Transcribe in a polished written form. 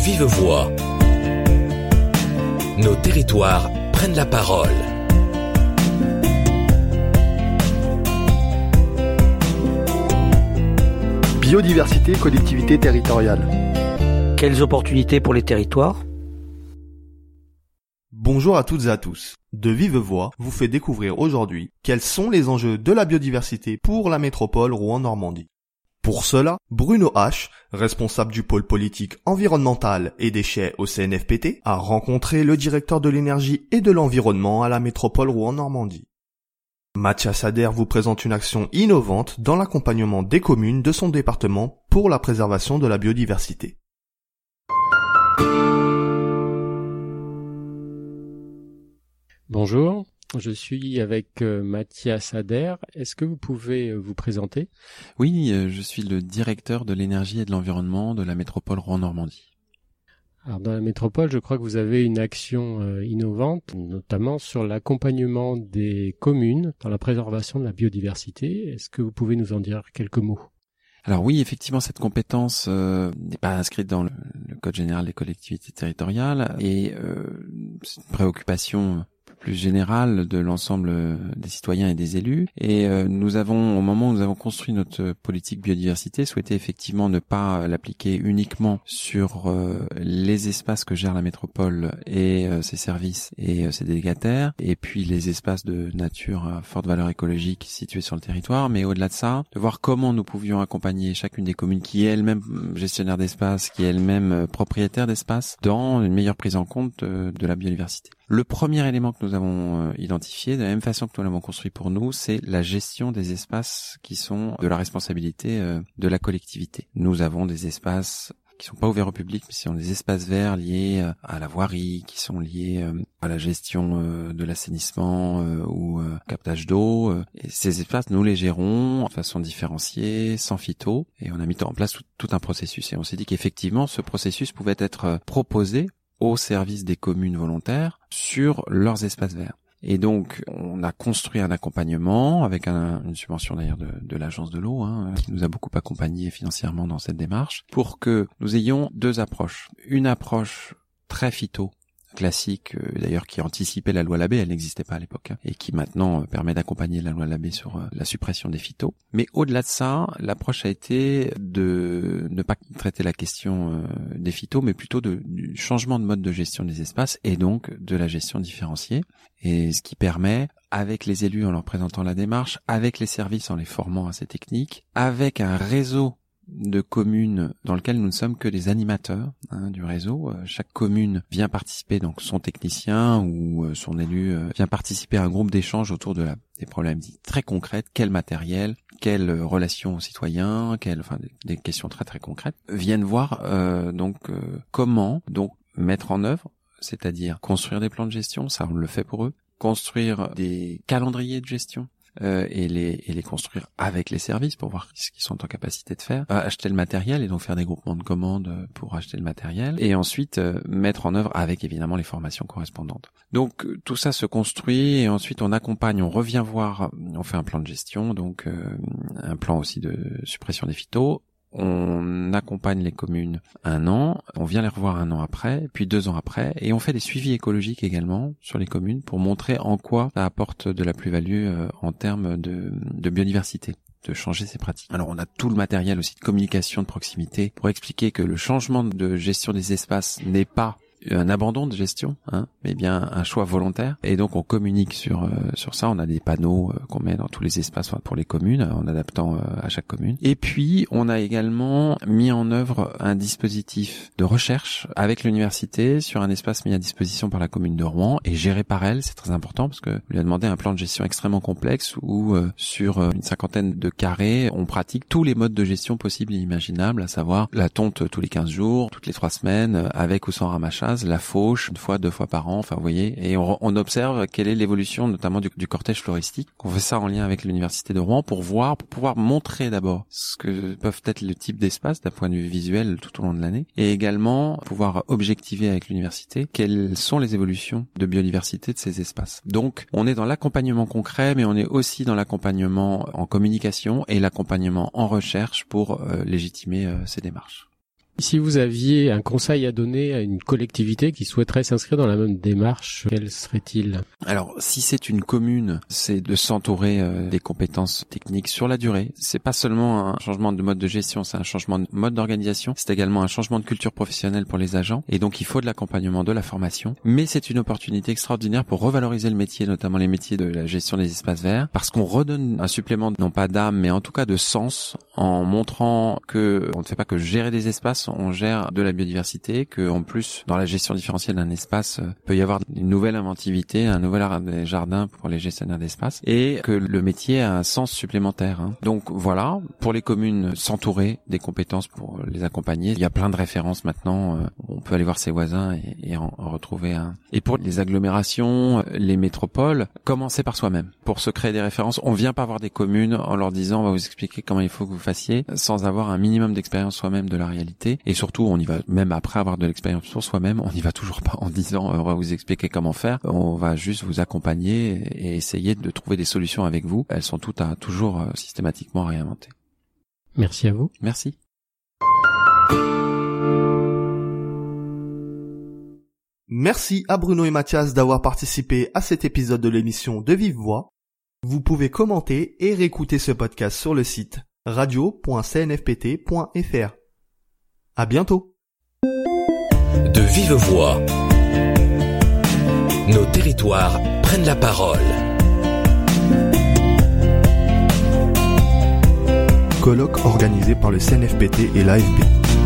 vive voix. Nos territoires prennent la parole. Biodiversité, collectivité territoriale. Quelles opportunités pour les territoires ? Bonjour à toutes et à tous. De Vive Voix vous fait découvrir aujourd'hui quels sont les enjeux de la biodiversité pour la métropole Rouen-Normandie. Pour cela, Bruno H., responsable du pôle politique environnemental et déchets au CNFPT, a rencontré le directeur de l'énergie et de l'environnement à la métropole Rouen-Normandie. Mathias Ader vous présente une action innovante dans l'accompagnement des communes de son département pour la préservation de la biodiversité. Bonjour, je suis avec Mathias Ader. Est-ce que vous pouvez vous présenter ? Oui, je suis le directeur de l'énergie et de l'environnement de la métropole Rouen-Normandie. Alors dans la métropole, je crois que vous avez une action innovante, notamment sur l'accompagnement des communes dans la préservation de la biodiversité. Est-ce que vous pouvez nous en dire quelques mots ? Alors oui, effectivement, cette compétence n'est pas inscrite dans le Code général des collectivités territoriales et c'est une préoccupation plus générale de l'ensemble des citoyens et des élus. Et nous avons, au moment où nous avons construit notre politique biodiversité, souhaité effectivement ne pas l'appliquer uniquement sur les espaces que gère la métropole et ses services et ses délégataires, et puis les espaces de nature à forte valeur écologique situés sur le territoire, mais au-delà de ça, de voir comment nous pouvions accompagner chacune des communes qui est elle-même gestionnaire d'espace, qui est elle-même propriétaire d'espace, dans une meilleure prise en compte de la biodiversité. Le premier élément que nous avons identifié, de la même façon que nous l'avons construit pour nous, c'est la gestion des espaces qui sont de la responsabilité de la collectivité. Nous avons des espaces qui sont pas ouverts au public, mais qui sont des espaces verts liés à la voirie, qui sont liés à la gestion de l'assainissement ou captage d'eau. Et ces espaces, nous les gérons de façon différenciée, sans phyto, et on a mis en place tout un processus. Et on s'est dit qu'effectivement, ce processus pouvait être proposé au service des communes volontaires sur leurs espaces verts. Et donc, on a construit un accompagnement avec une subvention d'ailleurs de l'agence de l'eau, qui nous a beaucoup accompagnés financièrement dans cette démarche, pour que nous ayons deux approches. Une approche très phyto, classique, d'ailleurs qui anticipait la loi Labbé, elle n'existait pas à l'époque, et qui maintenant permet d'accompagner la loi Labbé sur la suppression des phytos. Mais au-delà de ça, l'approche a été de ne pas traiter la question des phytos, mais plutôt du changement de mode de gestion des espaces et donc de la gestion différenciée. Et ce qui permet, avec les élus en leur présentant la démarche, avec les services en les formant à ces techniques, avec un réseau de communes dans lequel nous ne sommes que des animateurs du réseau. Chaque commune vient participer, donc son technicien ou son élu vient participer à un groupe d'échange autour des problèmes très concrètes. Quel matériel, quelle relation aux citoyens, des questions très très concrètes. Viennent voir comment mettre en œuvre, c'est-à-dire construire des plans de gestion, ça on le fait pour eux, construire des calendriers de gestion, et les construire avec les services pour voir ce qu'ils sont en capacité de faire, acheter le matériel et donc faire des groupements de commandes pour acheter le matériel, et ensuite mettre en œuvre avec évidemment les formations correspondantes. Donc tout ça se construit et ensuite on accompagne, on revient voir, on fait un plan de gestion, donc un plan aussi de suppression des phytos. On accompagne les communes 1 an, on vient les revoir 1 an après, puis 2 ans après, et on fait des suivis écologiques également sur les communes pour montrer en quoi ça apporte de la plus-value en termes de biodiversité, de changer ces pratiques. Alors on a tout le matériel aussi de communication de proximité pour expliquer que le changement de gestion des espaces n'est pas un abandon de gestion, mais bien un choix volontaire. Et donc on communique sur ça. On a des panneaux qu'on met dans tous les espaces pour les communes, en adaptant à chaque commune. Et puis on a également mis en œuvre un dispositif de recherche avec l'université sur un espace mis à disposition par la commune de Rouen et géré par elle. C'est très important parce que on lui a demandé un plan de gestion extrêmement complexe où sur une 50aine de carrés, on pratique tous les modes de gestion possibles et imaginables, à savoir la tonte tous les 15 jours, toutes les 3 semaines, avec ou sans ramachage, la fauche 1 fois, 2 fois par an, enfin vous voyez, et on observe quelle est l'évolution notamment du cortège floristique. On fait ça en lien avec l'université de Rouen pour pouvoir montrer d'abord ce que peuvent être le type d'espace d'un point de vue visuel tout au long de l'année, et également pouvoir objectiver avec l'université quelles sont les évolutions de biodiversité de ces espaces. Donc on est dans l'accompagnement concret, mais on est aussi dans l'accompagnement en communication et l'accompagnement en recherche pour légitimer ces démarches. Si vous aviez un conseil à donner à une collectivité qui souhaiterait s'inscrire dans la même démarche, quel serait-il ? Alors, si c'est une commune, c'est de s'entourer des compétences techniques sur la durée. C'est pas seulement un changement de mode de gestion, c'est un changement de mode d'organisation. C'est également un changement de culture professionnelle pour les agents. Et donc, il faut de l'accompagnement, de la formation. Mais c'est une opportunité extraordinaire pour revaloriser le métier, notamment les métiers de la gestion des espaces verts, parce qu'on redonne un supplément, non pas d'âme, mais en tout cas de sens, en montrant que on ne fait pas que gérer des espaces, on gère de la biodiversité, que en plus dans la gestion différentielle d'un espace peut y avoir une nouvelle inventivité, un nouvel art des jardins pour les gestionnaires d'espace, et que le métier a un sens supplémentaire. Donc voilà, pour les communes, s'entourer des compétences pour les accompagner. Il y a plein de références maintenant, on peut aller voir ses voisins et en retrouver un. Et pour les agglomérations, les métropoles, commencer par soi-même. Pour se créer des références, on vient pas voir des communes en leur disant on va vous expliquer comment il faut que vous fassiez, sans avoir un minimum d'expérience soi-même de la réalité. Et surtout, on y va, même après avoir de l'expérience sur soi-même, on n'y va toujours pas en disant on va vous expliquer comment faire. On va juste vous accompagner et essayer de trouver des solutions avec vous. Elles sont toutes à toujours systématiquement réinventer. Merci à vous. Merci. Merci à Bruno et Mathias d'avoir participé à cet épisode de l'émission De Vive Voix. Vous pouvez commenter et réécouter ce podcast sur le site radio.cnfpt.fr. À bientôt. De vive voix. Nos territoires prennent la parole. Colloque organisé par le CNFPT et l'AFB.